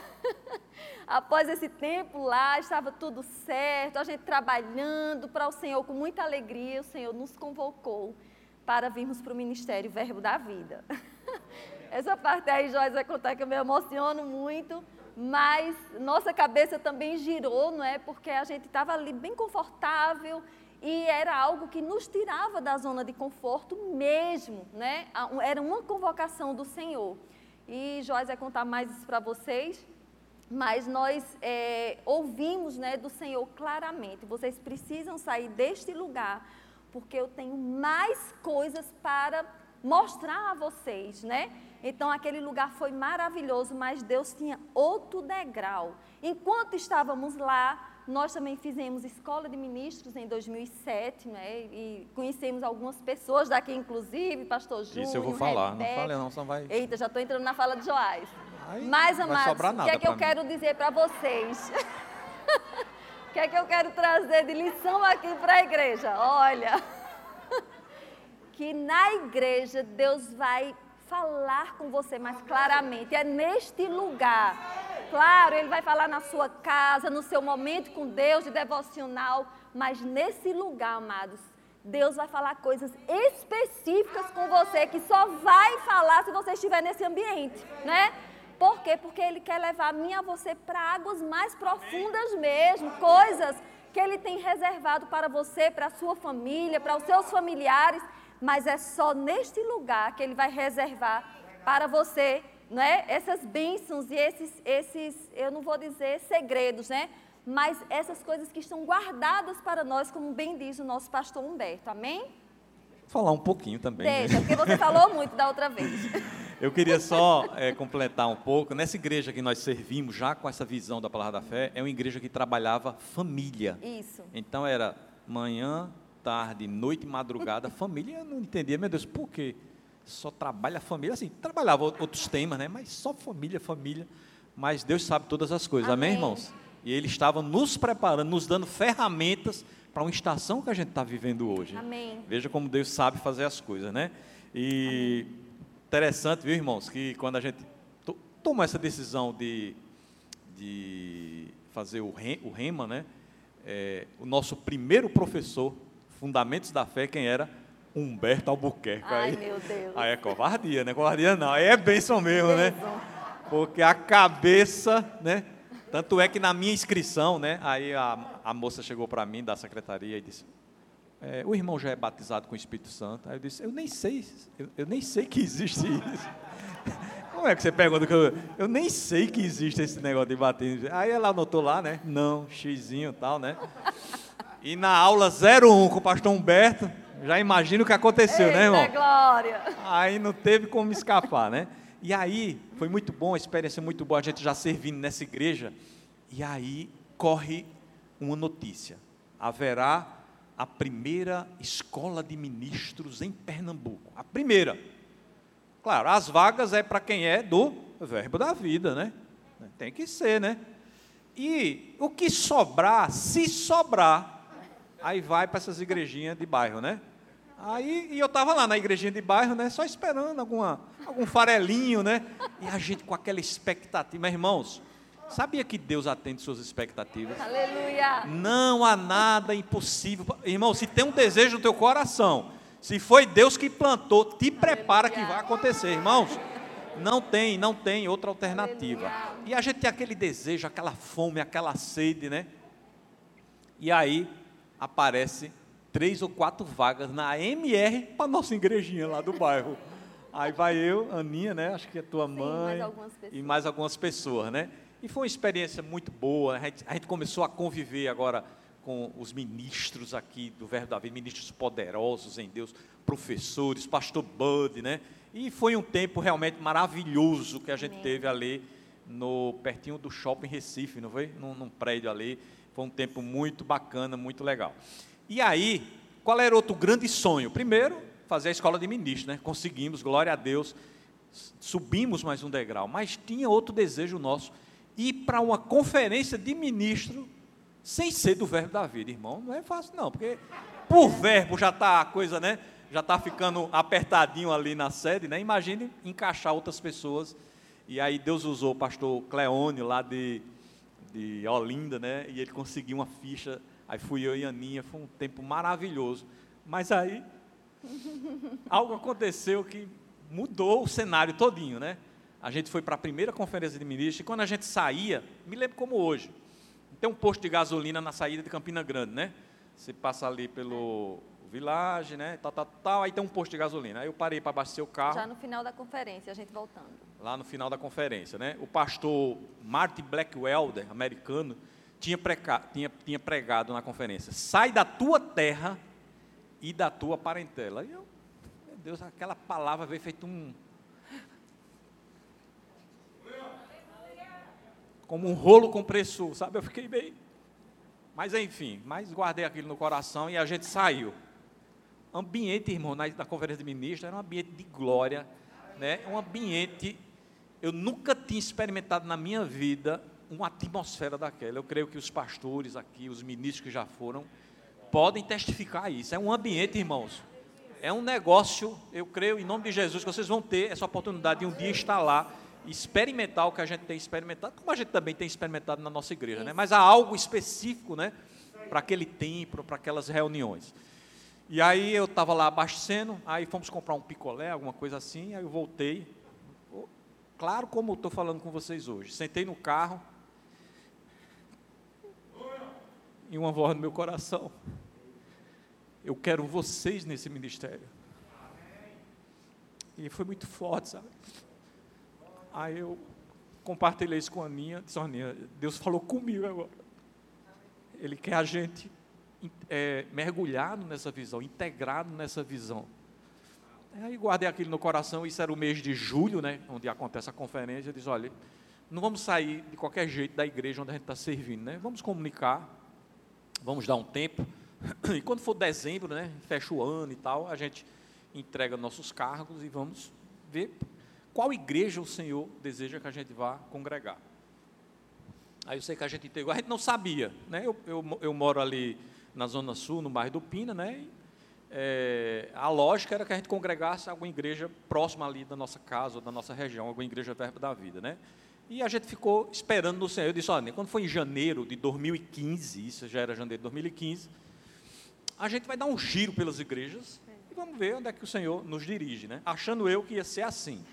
após esse tempo lá, estava tudo certo, a gente trabalhando para o Senhor com muita alegria, o Senhor nos convocou para virmos para o Ministério Verbo da Vida. Essa parte aí, Joyce vai contar que eu me emociono muito, mas nossa cabeça também girou, não é, porque a gente estava ali bem confortável, e era algo que nos tirava da zona de conforto mesmo, né? Era uma convocação do Senhor. E Joyce vai contar mais isso para vocês, mas nós é, ouvimos, né, do Senhor claramente: vocês precisam sair deste lugar, porque eu tenho mais coisas para mostrar a vocês, né? Então aquele lugar foi maravilhoso, mas Deus tinha outro degrau. Enquanto estávamos lá, nós também fizemos escola de ministros em dois mil e sete, né? E conhecemos algumas pessoas daqui, inclusive, pastor Júnior, Isso eu vou falar, Rebeca. não fale não, só vai... Eita, já estou entrando na fala de Joás. Ai, Mas, não vai amados, sobrar o nada que é que eu pra quero dizer para vocês? O que é que eu quero trazer de lição aqui para a igreja? Olha, que na igreja Deus vai falar com você mais claramente, é neste lugar. Claro, Ele vai falar na sua casa, no seu momento com Deus de devocional, mas nesse lugar, amados, Deus vai falar coisas específicas com você, que só vai falar se você estiver nesse ambiente, né? Por quê? Porque Ele quer levar a mim e a você para águas mais profundas mesmo, coisas que Ele tem reservado para você, para a sua família, para os seus familiares, mas é só neste lugar que Ele vai reservar para você, né, essas bênçãos e esses, esses, eu não vou dizer segredos, né, mas essas coisas que estão guardadas para nós, como bem diz o nosso pastor Humberto, amém? Vou falar um pouquinho também. Deixa, né? porque você falou muito da outra vez. Eu queria só é, completar um pouco. Nessa igreja que nós servimos, já com essa visão da Palavra da Fé, é uma igreja que trabalhava família. Isso. Então era manhã, tarde, noite, madrugada, família. Eu não entendia, meu Deus, por quê? Só trabalha a família, assim, trabalhava outros temas, né? Mas só família, família. Mas Deus sabe todas as coisas, amém, amém irmãos? E Ele estava nos preparando, nos dando ferramentas para uma estação que a gente está vivendo hoje. Amém. Veja como Deus sabe fazer as coisas, né? E amém. Interessante, viu, irmãos, que quando a gente to, tomou essa decisão de, de fazer o, rem, o Rema, né? É, o nosso primeiro professor, Fundamentos da Fé, quem era? Humberto Albuquerque. Ai, aí, meu Deus. Aí é covardia, né? Covardia não, aí é bênção mesmo, bênção. Né? Porque a cabeça, né? Tanto é que na minha inscrição, né? Aí a, a moça chegou para mim da secretaria e disse: é, o irmão já é batizado com o Espírito Santo? Aí eu disse: eu nem sei, eu, eu nem sei que existe isso. Como é que você pergunta que eu, eu nem sei que existe esse negócio de batismo? Aí ela anotou lá, né? Não, xizinho e tal, né? E na aula zero um com o pastor Humberto, já imagina o que aconteceu, Eita, né, irmão? Glória. Aí não teve como escapar, né? E aí, foi muito bom, a experiência muito boa, a gente já servindo nessa igreja. E aí, corre uma notícia. Haverá a primeira escola de ministros em Pernambuco. A primeira. Claro, as vagas é para quem é do Verbo da Vida, né? Tem que ser, né? E o que sobrar, se sobrar, aí vai para essas igrejinhas de bairro, né? Aí, e eu estava lá na igrejinha de bairro, né? Só esperando alguma, algum farelinho, né? E a gente com aquela expectativa. Mas, irmãos, sabia que Deus atende suas expectativas? Aleluia! Não há nada impossível. Irmão, se tem um desejo no teu coração, se foi Deus que plantou, te prepara que vai acontecer, irmãos. Não tem, não tem outra alternativa. Aleluia. E a gente tem aquele desejo, aquela fome, aquela sede, né? E aí aparece três ou quatro vagas na M R para nossa igrejinha lá do bairro. Aí vai eu, Aninha, né? Acho que é tua Sim, mãe. mais algumas pessoas. E mais algumas pessoas, né? E foi uma experiência muito boa. A gente, a gente começou a conviver agora com os ministros aqui do Verbo da Vida, ministros poderosos em Deus, professores, pastor Bud, né? E foi um tempo realmente maravilhoso que a gente Amém. teve ali, no, pertinho do Shopping Recife, não foi? Num, num prédio ali. Foi um tempo muito bacana, muito legal. E aí, qual era outro grande sonho? Primeiro, fazer a escola de ministro, né? Conseguimos, glória a Deus, subimos mais um degrau. Mas tinha outro desejo nosso, ir para uma conferência de ministro, sem ser do Verbo da Vida, irmão. Não é fácil não, porque por verbo já está a coisa, né? Já está ficando apertadinho ali na sede, né? Imagine encaixar outras pessoas. E aí Deus usou o pastor Cleônio, lá de, de Olinda, né? E ele conseguiu uma ficha. Aí fui eu e a Aninha, foi um tempo maravilhoso. Mas aí, algo aconteceu que mudou o cenário todinho, né? A gente foi para a primeira conferência de ministros, e quando a gente saía, me lembro como hoje, tem um posto de gasolina na saída de Campina Grande, né? Você passa ali pelo Village, né? Tal, tal, tal, aí tem um posto de gasolina. Aí eu parei para abastecer o carro. Já no final da conferência, a gente voltando. Lá no final da conferência, né? O pastor Martin Blackwelder, americano, tinha, preca, tinha, tinha pregado na conferência: sai da tua terra e da tua parentela. E eu, meu Deus, aquela palavra veio feito um... como um rolo compressor, sabe? Eu fiquei bem... Mas enfim, mas guardei aquilo no coração e a gente saiu. Ambiente, irmão, na, na conferência de ministros, era um ambiente de glória, né? Um ambiente... Eu nunca tinha experimentado na minha vida uma atmosfera daquela. Eu creio que os pastores aqui, os ministros que já foram, podem testificar isso. É um ambiente, irmãos. É um negócio, eu creio, em nome de Jesus, que vocês vão ter essa oportunidade de um dia estar lá, experimentar o que a gente tem experimentado, como a gente também tem experimentado na nossa igreja, né? Mas há algo específico, né, para aquele tempo, para aquelas reuniões. E aí eu estava lá abastecendo, aí fomos comprar um picolé, alguma coisa assim, aí eu voltei, claro como estou falando com vocês hoje, sentei no carro, e uma voz no meu coração: eu quero vocês nesse ministério. E foi muito forte, sabe? Aí eu compartilhei isso com a Aninha, disse: Aninha, Deus falou comigo agora. Ele quer a gente é, mergulhado nessa visão, integrado nessa visão. Aí guardei aquilo no coração. Isso era o mês de julho, né, onde acontece a conferência. Eu disse: olha, não vamos sair de qualquer jeito da igreja onde a gente está servindo, né? Vamos comunicar, vamos dar um tempo. E quando for dezembro, né, fecha o ano e tal, a gente entrega nossos cargos e vamos ver qual igreja o Senhor deseja que a gente vá congregar. Aí eu sei que a gente entregou, a gente não sabia, né? Eu, eu, eu moro ali na Zona Sul, no bairro do Pina, né? E, é, a lógica era que a gente congregasse alguma igreja próxima ali da nossa casa, ou da nossa região, alguma igreja Verbo da Vida, né? E a gente ficou esperando no Senhor. Eu disse: olha, quando foi em janeiro de dois mil e quinze, isso já era janeiro de dois mil e quinze, a gente vai dar um giro pelas igrejas e vamos ver onde é que o Senhor nos dirige, né? Achando eu que ia ser assim.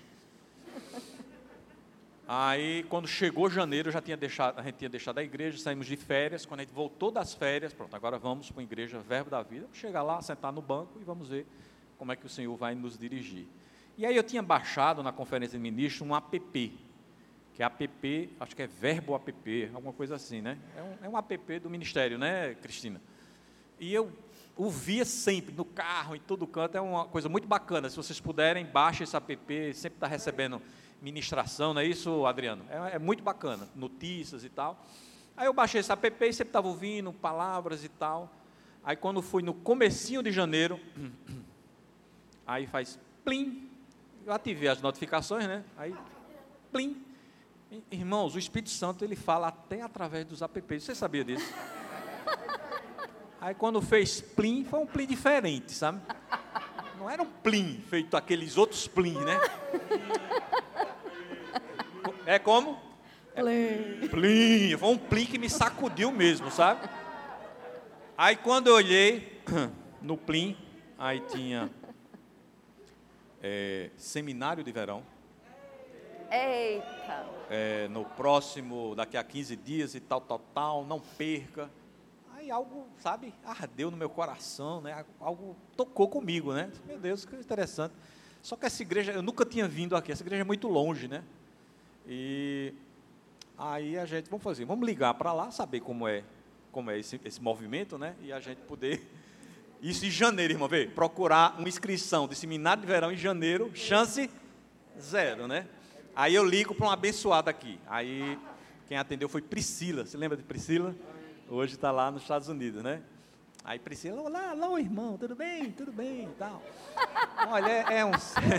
Aí, quando chegou janeiro, eu já tinha deixado, a gente tinha deixado a igreja, saímos de férias. Quando a gente voltou das férias, pronto, agora vamos para a igreja Verbo da Vida, vamos chegar lá, sentar no banco e vamos ver como é que o Senhor vai nos dirigir. E aí eu tinha baixado na conferência de ministros um app, que é app, acho que é Verbo app, alguma coisa assim, né? É um, é um app do ministério, né, Cristina? E eu o via sempre, no carro, em todo canto. É uma coisa muito bacana. Se vocês puderem, baixem esse app, sempre está recebendo ministração, não é isso, Adriano? É, é muito bacana, notícias e tal. Aí eu baixei esse app e sempre estava ouvindo palavras e tal. Aí quando fui no comecinho de janeiro, aí faz plim, eu ativei as notificações, né? Aí, plim. Irmãos, o Espírito Santo, ele fala até através dos apps. Você sabia disso? Aí quando fez plim, foi um plim diferente, sabe? Não era um plim feito aqueles outros plim, né? É como? Plim. Plim. Foi um plim que me sacudiu mesmo, sabe? Aí quando eu olhei no plim, aí tinha é, seminário de verão, Eita. É, no próximo, daqui a quinze dias e tal, tal, tal, não perca. Aí algo, sabe, ardeu no meu coração, né? Algo tocou comigo, né? Meu Deus, que interessante. Só que essa igreja, eu nunca tinha vindo aqui, essa igreja é muito longe, né? E aí a gente, vamos fazer, vamos ligar para lá, saber como é, como é esse, esse movimento, né? E a gente poder, isso em janeiro, irmão, vê, procurar uma inscrição de seminário de verão em janeiro, chance zero, né? Aí eu ligo para um abençoado aqui. Aí quem atendeu foi Priscila. Você lembra de Priscila? Hoje está lá nos Estados Unidos, né? Aí Priscila, olá, olá, irmão, tudo bem? Tudo bem e tal. Olha, é, é um...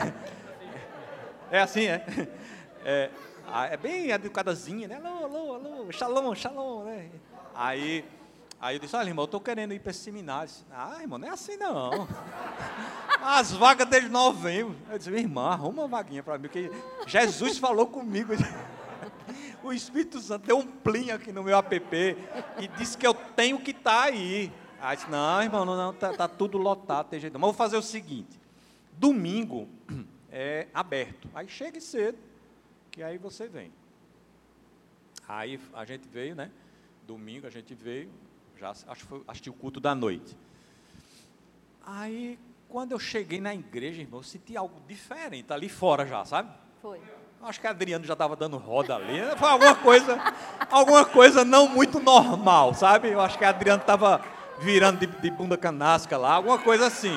é assim, é? É, é bem educadazinha, né? Alô, alô, alô, shalom, shalom, né? Aí, aí eu disse, olha, irmão, eu estou querendo ir para esse seminário. Ah, irmão, não é assim, não. As vagas desde novembro. Eu disse, minha irmã, arruma uma vaguinha para mim, porque Jesus falou comigo. O Espírito Santo deu um plim aqui no meu app e disse que eu tenho que estar aí. Aí eu disse, não, irmão, não, não, tá, tá tudo lotado, tem jeito não. Mas eu vou fazer o seguinte, domingo é aberto. Aí chegue cedo, que aí você vem. Aí a gente veio, né? Domingo a gente veio, já acho que foi, assisti o culto da noite. Aí... Quando eu cheguei na igreja, irmão, eu senti algo diferente ali fora já, sabe? Foi. Acho que a Adriano já estava dando roda ali. Foi alguma coisa, alguma coisa não muito normal, sabe? Eu acho que a Adriano estava virando de, de bunda canasca lá, alguma coisa assim.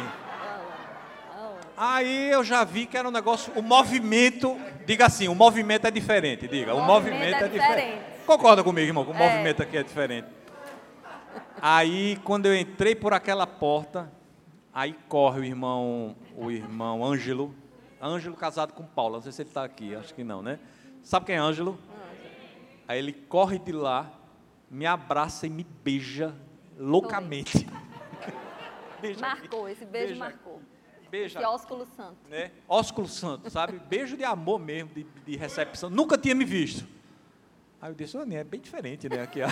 Aí eu já vi que era um negócio, o movimento, diga assim, o movimento é diferente, diga. O, o movimento, movimento é, é diferente. diferente. Concorda comigo, irmão? Que o é. movimento aqui é diferente. Aí, quando eu entrei por aquela porta... Aí corre o irmão, o irmão Ângelo, Ângelo casado com Paula, não sei se ele está aqui, acho que não, né? Sabe quem é Ângelo? Aí ele corre de lá, me abraça e me beija loucamente. Beija, marcou, esse beijo beija, marcou. Beija. Esse ósculo santo. Né? Ósculo santo, sabe? Beijo de amor mesmo, de, de recepção. Nunca tinha me visto. Aí eu disse, oh, é bem diferente, né? Aqui, ó.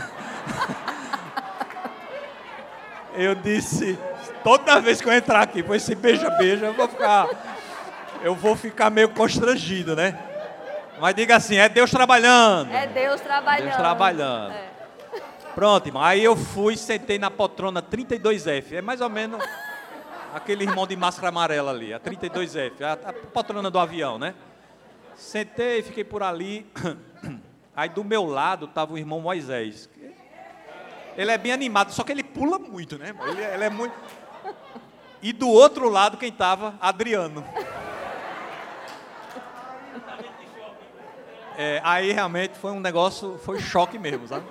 Eu disse, toda vez que eu entrar aqui, com esse beija-beija, eu vou ficar, eu vou ficar meio constrangido, né? Mas diga assim, é Deus trabalhando. É Deus trabalhando. Deus trabalhando. É. Pronto, irmão. Aí eu fui, sentei na poltrona trinta e dois F. É mais ou menos aquele irmão de máscara amarela ali, a trinta e dois F, a, a poltrona do avião, né? Sentei, fiquei por ali. Aí do meu lado estava o irmão Moisés. Ele é bem animado, só que ele pula muito, né? Ele, ele é muito... E do outro lado, quem estava? Adriano. É, aí realmente foi um negócio, foi choque mesmo, sabe?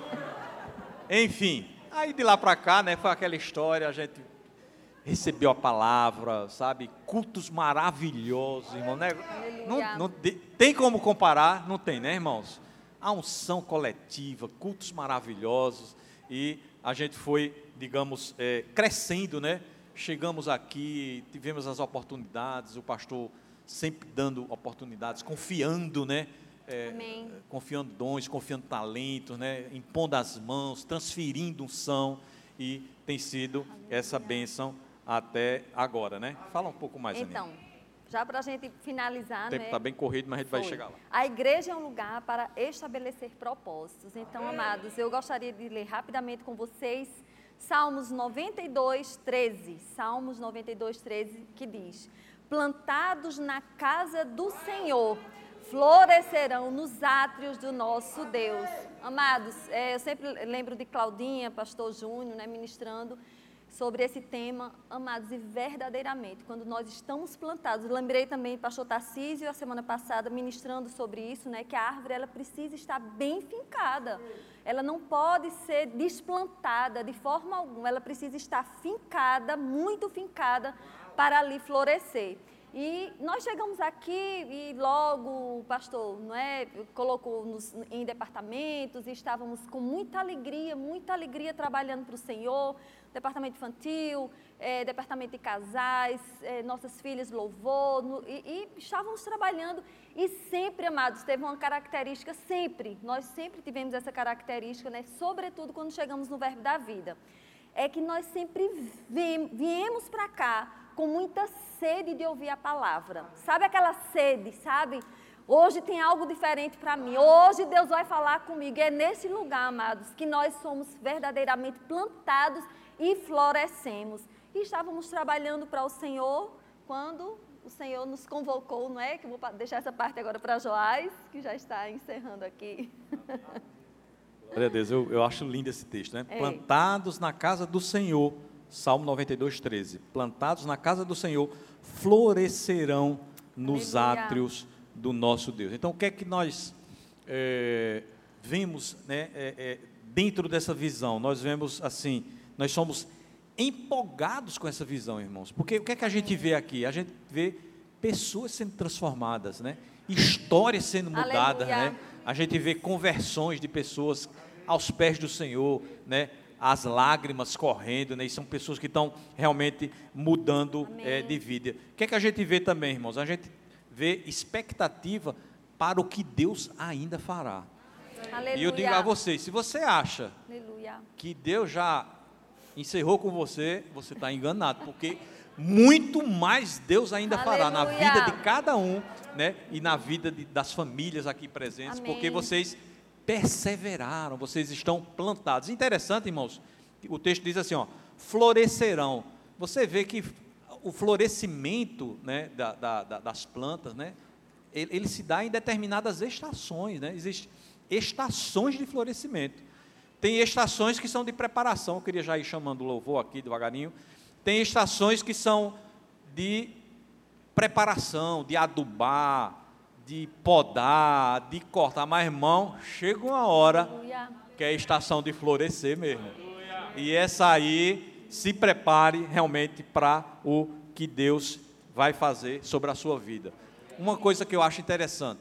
Enfim, aí de lá para cá, né, foi aquela história, a gente recebeu a palavra, sabe? Cultos maravilhosos, irmão. Né? Não, não, tem como comparar? Não tem, né, irmãos? A unção coletiva, cultos maravilhosos. E a gente foi, digamos, é, crescendo, né? Chegamos aqui, tivemos as oportunidades, o pastor sempre dando oportunidades, confiando, né? É, Amém. Confiando dons, confiando talentos, né? Impondo as mãos, transferindo unção, e tem sido Amém. Essa bênção até agora, né? Fala um pouco mais, Então, Aninha. Já para a gente finalizar, o tempo né? está bem corrido, mas a gente Foi. vai chegar lá. A igreja é um lugar para estabelecer propósitos. Então, amados, eu gostaria de ler rapidamente com vocês Salmos noventa e dois, treze. Salmos noventa e dois, treze, que diz: plantados na casa do Senhor, florescerão nos átrios do nosso Deus. Amados, é, eu sempre lembro de Claudinha, pastor Júnior, né, ministrando sobre esse tema, amados, e verdadeiramente, quando nós estamos plantados, lembrei também, pastor Tarcísio, a semana passada, ministrando sobre isso, né, que a árvore, ela precisa estar bem fincada, ela não pode ser desplantada de forma alguma, ela precisa estar fincada, muito fincada, para ali florescer. E nós chegamos aqui e logo o pastor, não é, colocou-nos em departamentos e estávamos com muita alegria, muita alegria trabalhando para o Senhor, departamento infantil, é, departamento de casais, é, nossas filhas louvor, no, e, e estávamos trabalhando e sempre, amados, teve uma característica, sempre, nós sempre tivemos essa característica, né, sobretudo quando chegamos no Verbo da Vida, é que nós sempre vim, viemos para cá com muita sede de ouvir a palavra, sabe aquela sede, sabe? Hoje tem algo diferente para mim. Hoje Deus vai falar comigo. É nesse lugar, amados, que nós somos verdadeiramente plantados e florescemos. E estávamos trabalhando para o Senhor quando o Senhor nos convocou, não é? Que eu vou deixar essa parte agora para Joás, que já está encerrando aqui. Glória a Deus, eu, eu acho lindo esse texto, né? É. Plantados na casa do Senhor, Salmo noventa e dois, treze. Plantados na casa do Senhor, florescerão nos Aleluia. átrios do nosso Deus. Então, o que é que nós é, vemos, né, é, é, dentro dessa visão? Nós vemos assim, nós somos empolgados com essa visão, irmãos, porque o que é que a gente vê aqui? A gente vê pessoas sendo transformadas, né? Histórias sendo mudadas, Aleluia. né? A gente vê conversões de pessoas aos pés do Senhor, né? As lágrimas correndo, né? E são pessoas que estão realmente mudando é, de vida. O que é que a gente vê também, irmãos? A gente vê expectativa para o que Deus ainda fará. Aleluia. E eu digo a vocês, se você acha Aleluia. que Deus já encerrou com você, você está enganado, porque muito mais Deus ainda fará na Aleluia. vida de cada um, né? E na vida de, das famílias aqui presentes, Amém. porque vocês perseveraram, vocês estão plantados. Interessante, irmãos, o texto diz assim, ó, florescerão. Você vê que o florescimento, né, da, da, da, das plantas, né, ele, ele se dá em determinadas estações, né? Existem estações de florescimento. Tem estações que são de preparação, eu queria já ir chamando o louvor aqui devagarinho. Tem estações que são de preparação, de adubar, de podar, de cortar. Mas, irmão, chega uma hora Aleluia. que é a estação de florescer mesmo. E essa aí, se prepare realmente para o que Deus vai fazer sobre a sua vida. Uma coisa que eu acho interessante,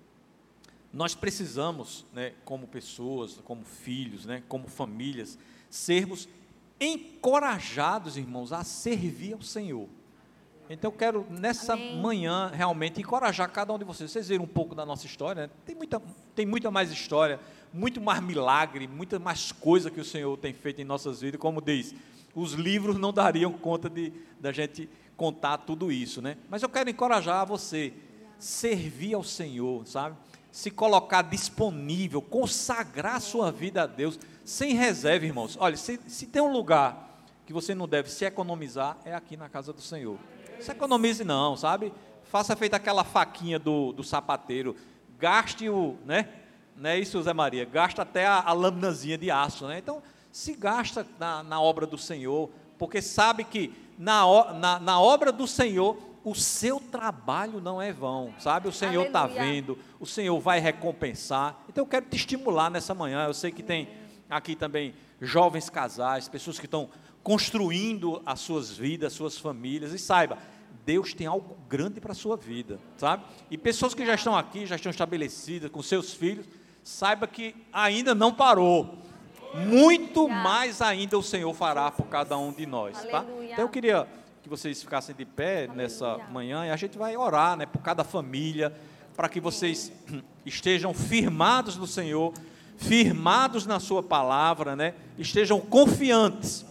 nós precisamos, né, como pessoas, como filhos, né, como famílias, sermos encorajados, irmãos, a servir ao Senhor. Então eu quero nessa Amém. manhã realmente encorajar cada um de vocês. Vocês viram um pouco da nossa história, né? Tem muita, tem muita mais história, muito mais milagre, muita mais coisa que o Senhor tem feito em nossas vidas. Como diz, os livros não dariam conta de da gente contar tudo isso, né? Mas eu quero encorajar você, servir ao Senhor, sabe? Se colocar disponível, consagrar a sua vida a Deus, sem reserva, irmãos. Olha, se, se tem um lugar que você não deve se economizar, é aqui na casa do Senhor. Se economize não, sabe? Faça feita aquela faquinha do, do sapateiro, gaste o, né? Não é isso, Zé Maria? Gasta até a, a laminazinha de aço, né? Então, se gasta na, na obra do Senhor, porque sabe que na, na, na obra do Senhor, o seu trabalho não é vão, sabe? O Senhor está vendo, o Senhor vai recompensar. Então eu quero te estimular nessa manhã. Eu sei que tem aqui também jovens casais, pessoas que estão construindo as suas vidas, as suas famílias. E saiba, Deus tem algo grande para a sua vida, sabe? E pessoas que já estão aqui, já estão estabelecidas com seus filhos, saiba que ainda não parou. Muito mais ainda o Senhor fará por cada um de nós, tá? Então eu queria que vocês ficassem de pé nessa manhã, e a gente vai orar, né, por cada família, para que vocês estejam firmados no Senhor, firmados na sua palavra, né, estejam confiantes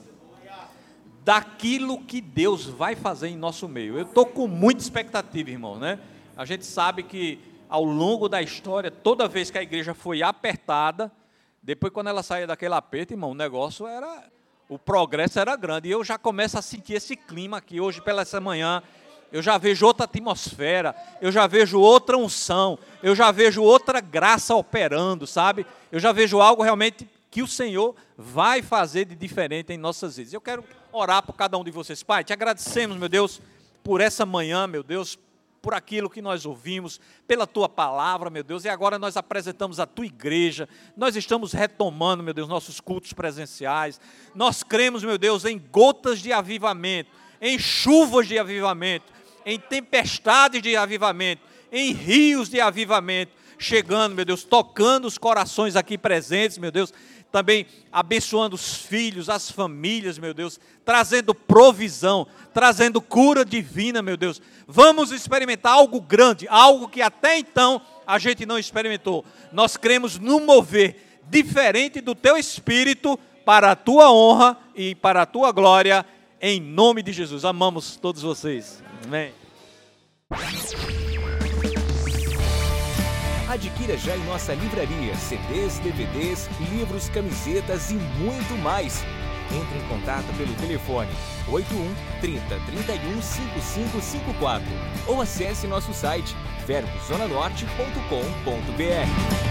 daquilo que Deus vai fazer em nosso meio. Eu estou com muita expectativa, irmão, né? A gente sabe que ao longo da história, toda vez que a igreja foi apertada, depois quando ela saía daquele aperto, irmão, o negócio era... O progresso era grande, e eu já começo a sentir esse clima aqui, hoje pela essa manhã, eu já vejo outra atmosfera, eu já vejo outra unção, eu já vejo outra graça operando, sabe? Eu já vejo algo realmente que o Senhor vai fazer de diferente em nossas vidas. Eu quero orar por cada um de vocês. Pai, te agradecemos, meu Deus, por essa manhã, meu Deus, por aquilo que nós ouvimos, pela Tua palavra, meu Deus, e agora nós apresentamos a Tua igreja, nós estamos retomando, meu Deus, nossos cultos presenciais, nós cremos, meu Deus, em gotas de avivamento, em chuvas de avivamento, em tempestades de avivamento, em rios de avivamento, chegando, meu Deus, tocando os corações aqui presentes, meu Deus, também abençoando os filhos, as famílias, meu Deus, trazendo provisão, trazendo cura divina, meu Deus. Vamos experimentar algo grande, algo que até então a gente não experimentou. Nós cremos no mover diferente do Teu Espírito para a Tua honra e para a Tua glória, em nome de Jesus. Amamos todos vocês. Amém. Adquira já em nossa livraria C Ds, D V Ds, livros, camisetas e muito mais. Entre em contato pelo telefone oito um, trinta, trinta e um, cinquenta e cinco cinquenta e quatro ou acesse nosso site verbo zona norte ponto com ponto br.